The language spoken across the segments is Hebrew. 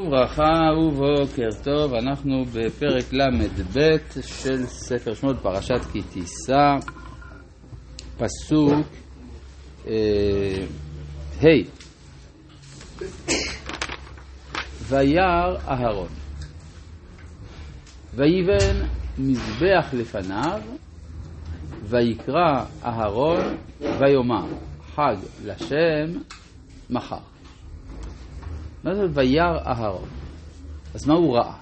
ברכה ובוקר טוב, אנחנו בפרק ל"ב של ספר שמות פרשת כי תישא, פסוק ה'. וירא אהרון ויבן מזבח לפניו ויקרא אהרון ויאמר חג לשם מחר. מה זה וירא אהרון? אז מה הוא ראה?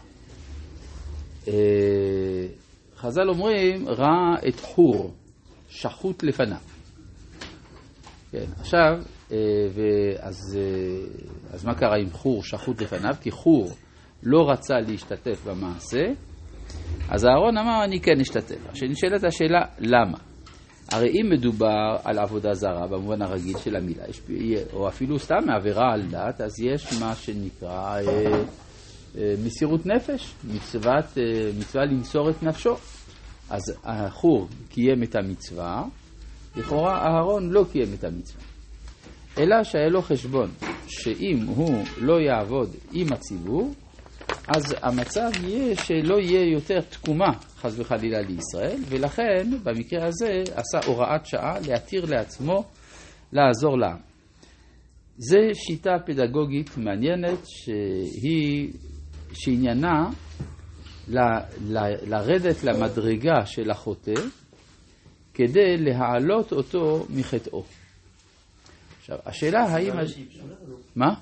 חז"ל אומרים ראה את חור שחוט לפניו. כן, עכשיו אז מה קרה עם חור שחוט לפניו? כי חור לא רצה להשתתף במעשה, אז אהרון אמר אני כן אשתתף. עכשיו נשאלת השאלה למה? הרי אם מדובר על עבודה זרה במובן הרגיל של המילה, או אפילו סתם מעבירה על דת, אז יש מה שנקרא מסירות נפש, מצווה למסור את נפשו. אז החור קיים את המצווה, לכאורה אהרון לא קיים את המצווה. אלא שהיה לו חשבון שאם הוא לא יעבוד עם הציבור, אז המצב יהיה שלא יהיה יותר תקומה חס וחלילה לישראל, ולכן במקרה הזה עשה הוראת שעה להתיר לעצמו לעזור לעם. זו שיטה פדגוגית מעניינת שעניינה לרדת למדרגה של החוטא כדי להעלות אותו מחטאו. עכשיו, השאלה האם... מה?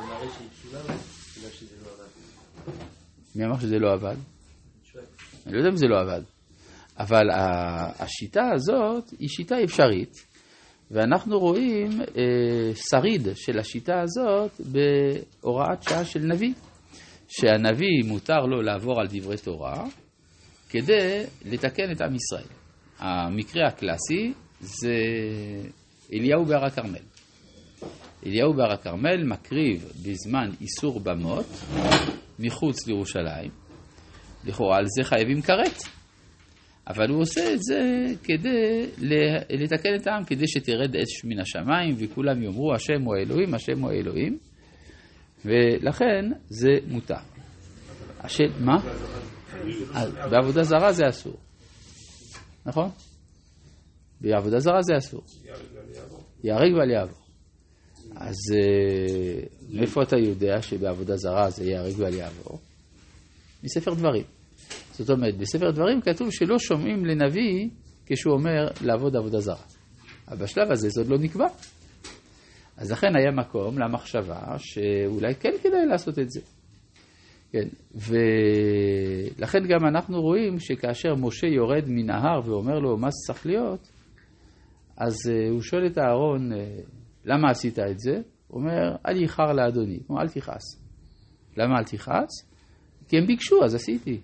מי אמר שזה לא עבד? אני לא יודע אם זה לא עבד. אבל השיטה הזאת היא שיטה אפשרית, ואנחנו רואים שריד של השיטה הזאת בהוראת שעה של נביא. שהנביא מותר לו לעבור על דברי תורה כדי לתקן את עם ישראל. המקרה הקלאסי זה אליהו בהר הכרמל. אליהו בהר הכרמל מקריב בזמן איסור במות מחוץ לירושלים. לכאורה על זה חייבים כרת. אבל הוא עושה את זה כדי לתקן את העם, כדי שתרד אש מן השמיים וכולם יאמרו השם הוא האלוהים, השם הוא האלוהים. ולכן זה מותר. מה? בעבודה זרה זה אסור. נכון? בעבודה זרה זה אסור. יהרג ואל יעבור. אז מאיפה אתה יודע שבעבודה זרה זה יהרג ואל יעבור? מספר דברים. זאת אומרת, בספר דברים כתוב שלא שומעים לנביא כשהוא אומר לעבוד עבודה זרה. אבל בשלב הזה זה עוד לא נקבע. אז לכן היה מקום למחשבה שאולי כן כדאי לעשות את זה. כן, ולכן גם אנחנו רואים שכאשר משה יורד מן ההר ואומר לו מה צריך להיות, אז הוא שואל את אהרון, למה עשית את זה? הוא אומר, אל יחר לאדוני, כמו אל תכעס. למה אל תכעס? כי הם ביקשו, אז עשיתי.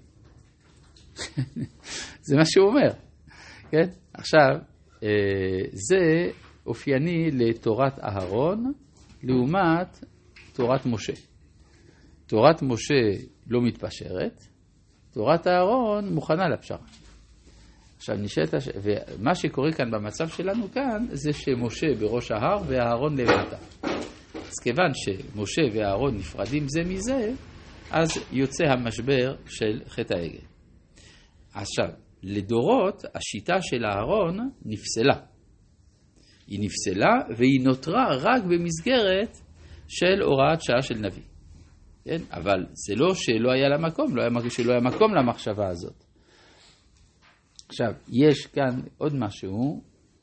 זה מה שהוא אומר. כן? עכשיו, זה אופייני לתורת אהרון, לעומת תורת משה. תורת משה לא מתפשרת, תורת אהרון מוכנה לפשרה. עכשיו נשאלת, ומה שקורה כאן במצב שלנו כאן, זה שמשה בראש ההר ואהרון למטה. אז כיוון שמשה ואהרון נפרדים זה מזה, אז יוצא המשבר של חטא העגל. עכשיו, לדורות, השיטה של אהרון נפסלה. היא נפסלה והיא נותרה רק במסגרת של הוראת שעה של נביא. כן? אבל זה לא שלא היה לה מקום, שלא היה מקום למחשבה הזאת. עכשיו, יש כאן עוד משהו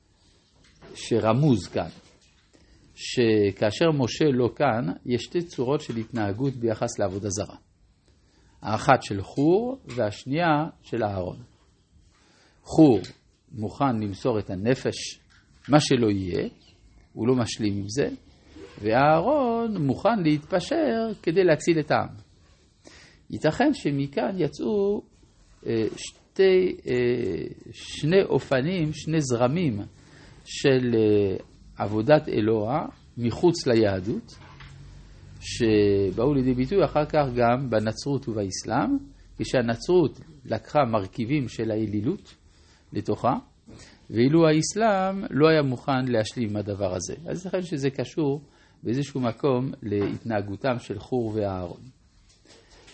שרמוז כאן, שכאשר משה לא כאן, יש שתי צורות של התנהגות ביחס לעבודה זרה. האחת של חור והשנייה של אהרון. חור מוכן למסור את הנפש, מה שלא יהיה, הוא לא משלים עם זה, ואהרון מוכן להתפשר כדי להציל את העם. ייתכן שמכאן יצאו שני אופנים, שני זרמים של עבודת אלוה מחוץ ליהדות, שבאו לידי ביטוי אחר כך גם בנצרות ובאסלאם, כשהנצרות לקחה מרכיבים של האלילות לתוכה, ואילו האסלאם לא היה מוכן להשלים עם הדבר הזה. אז לכן שזה קשור באיזשהו מקום להתנהגותם של חור ואהרון.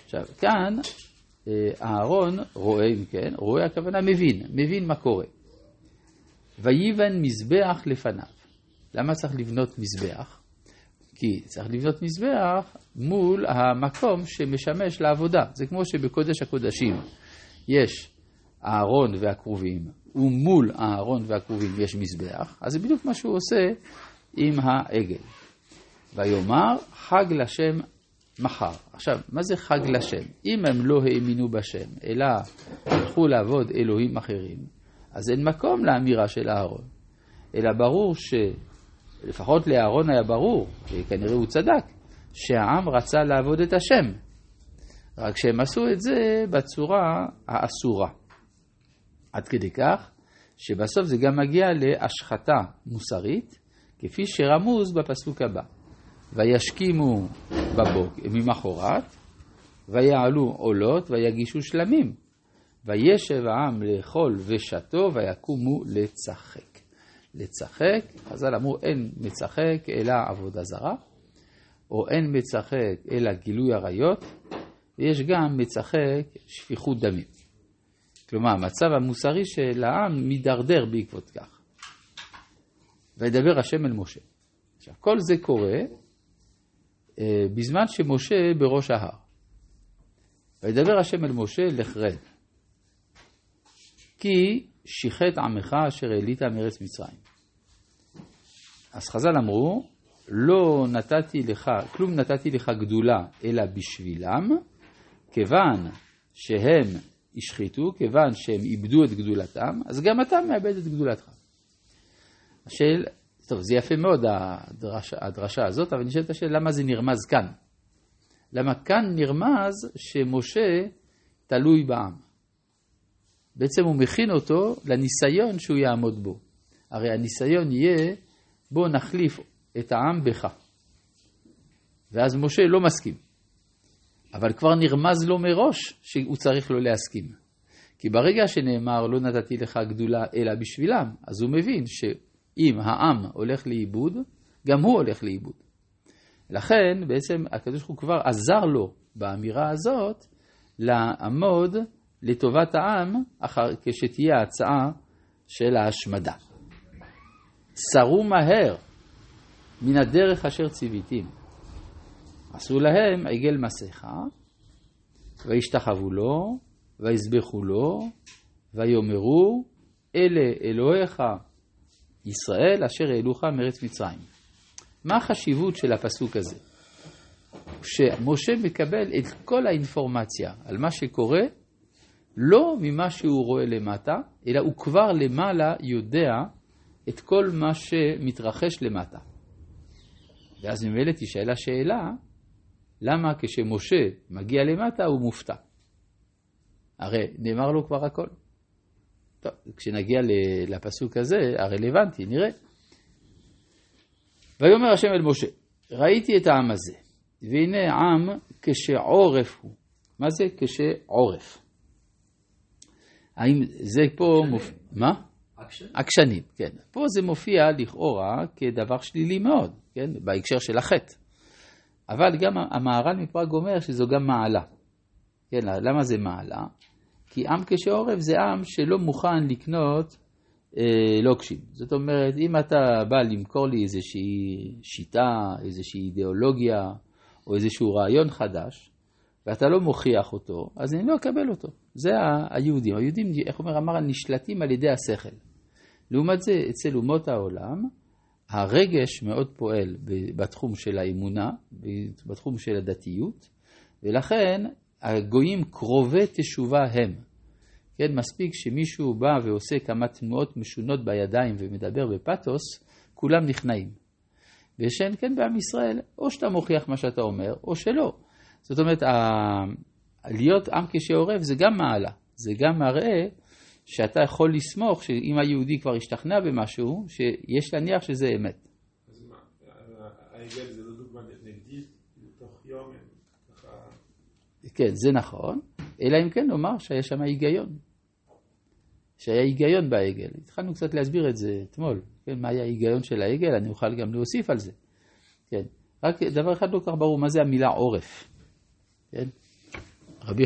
עכשיו, כאן אהרון רואה, אם כן, רואה הכוונה מבין מה קורה. ויבן מזבח לפניו. למה צריך לבנות מזבח? כי צריך לבנות מזבח מול המקום שמשמש לעבודה. זה כמו שבקודש הקודשים יש אהרון והקרובים, ומול אהרון והקרובים יש מזבח, אז זה בדיוק מה שהוא עושה עם העגל. ויאמר חג לשם מחר. עכשיו, מה זה חג לשם? אם הם לא האמינו בשם, אלא הלכו לעבוד אלוהים אחרים, אז אין מקום לאמירה של אהרון. אלא ברור לפחות לאהרון היה ברור, וכנראה הוא צדק, שהעם רצה לעבוד את השם. רק שהם עשו את זה בצורה האסורה. עד כדי כך, שבסוף זה גם מגיע להשחתה מוסרית, כפי שרמוז בפסוק הבא. וישכימו ממחרת, ויעלו עולות, ויגישו שלמים. וישב העם לאכול ושתו, ויקומו לצחק. לצחק, חז"ל אמרו אין מצחק אלא עבודה זרה, או אין מצחק אלא גילוי עריות, ויש גם מצחק שפיכות דמים. כלומר, המצב המוסרי של העם מדרדר בעקבות כך. וידבר השם אל משה. עכשיו, כל זה קורה בזמן שמשה בראש ההר. וידבר השם אל משה לך רד. כי שיחת עמך אשר העלית מארץ מצרים. אז חז"ל אמרו, לא נתתי לך, כלום נתתי לך גדולה אלא בשבילם, כיוון שהם השחיתו, כיוון שהם איבדו את גדולתם, אז גם אתה מאבד את גדולתך. טוב, זה יפה מאוד הדרשה הזאת, אבל נשאלת השאלה למה זה נרמז כאן? למה כאן נרמז שמשה תלוי בעם? בעצם הוא מכין אותו לניסיון שהוא יעמוד בו. הרי הניסיון יהיה, בוא נחליף את העם בך. ואז משה לא מסכים. אבל כבר נרמז לו מראש שהוא צריך לו להסכים. כי ברגע שנאמר לא נתתי לך גדולה אלא בשבילם, אז הוא מבין שאם העם הולך לאיבוד, גם הוא הולך לאיבוד. לכן בעצם הקדוש ברוך הוא כבר עזר לו באמירה הזאת לעמוד לטובת העם כשתהיה ההצעה של ההשמדה. סרו מהר מן הדרך אשר ציוויתים. עשו להם עגל מסכה, וישתחוו לו, ויזבחו לו, ויאמרו, אלה אלוהיך ישראל אשר העלוך מארץ מצרים. מה החשיבות של הפסוק הזה? שמשה מקבל את כל האינפורמציה על מה שקורה, לא ממה שהוא רואה למטה, אלא הוא כבר למעלה יודע את כל מה שמתרחש למטה. ואז ממילא תשאל השאלה, למה כשמשה מגיע למטה הוא מופתע? הרי נאמר לו כבר הכל. טוב, כשנגיע לפסוק הזה, הרלוונטי, נראה. ויאמר השם אל משה, ראיתי את העם הזה, והנה עם כשעורף הוא. מה זה כשעורף? האם זה פה מה? עקשנים, כן. פה זה מופיע לכאורה כדבר שלילי מאוד, כן? בהקשר של החטא. אבל גם המהר"ל מפראג אומר שזו גם מעלה. כן, למה זה מעלה? כי עם כשעורף זה עם שלא מוכן לקנות לוקשים. זאת אומרת, אם אתה בא למכור לי איזושהי שיטה, איזושהי אידיאולוגיה, או איזשהו רעיון חדש, ואתה לא מוכיח אותו, אז אני לא אקבל אותו. זה היהודים. היהודים, איך אומר המהר"ל, נשלטים על ידי השכל. לעומת זה, אצל אומות העולם, הרגש מאוד פועל בתחום של האמונה, בתחום של הדתיות, ולכן הגויים קרובי תשובה הם. כן, מספיק שמישהו בא ועושה כמה תנועות משונות בידיים ומדבר בפתוס, כולם נכנעים. ושאין כן בעם ישראל, או שאתה מוכיח מה שאתה אומר, או שלא. זאת אומרת, להיות עם כשעורף זה גם מעלה. זה גם מראה שאתה יכול לסמוך שאם היהודי כבר השתכנע במשהו, שיש להניח שזה אמת. אז מה, העגל זה לא דוגמה נגדית, בתוך יום, ככה... כן, זה נכון, אלא אם כן נאמר שהיה שם היגיון. שהיה היגיון בעגל. התחלנו קצת להסביר את זה אתמול. כן, מה היה ההיגיון של העגל? אני אוכל גם להוסיף על זה. כן. רק דבר אחד לא כך ברור, מה זה המילה עורף? כן?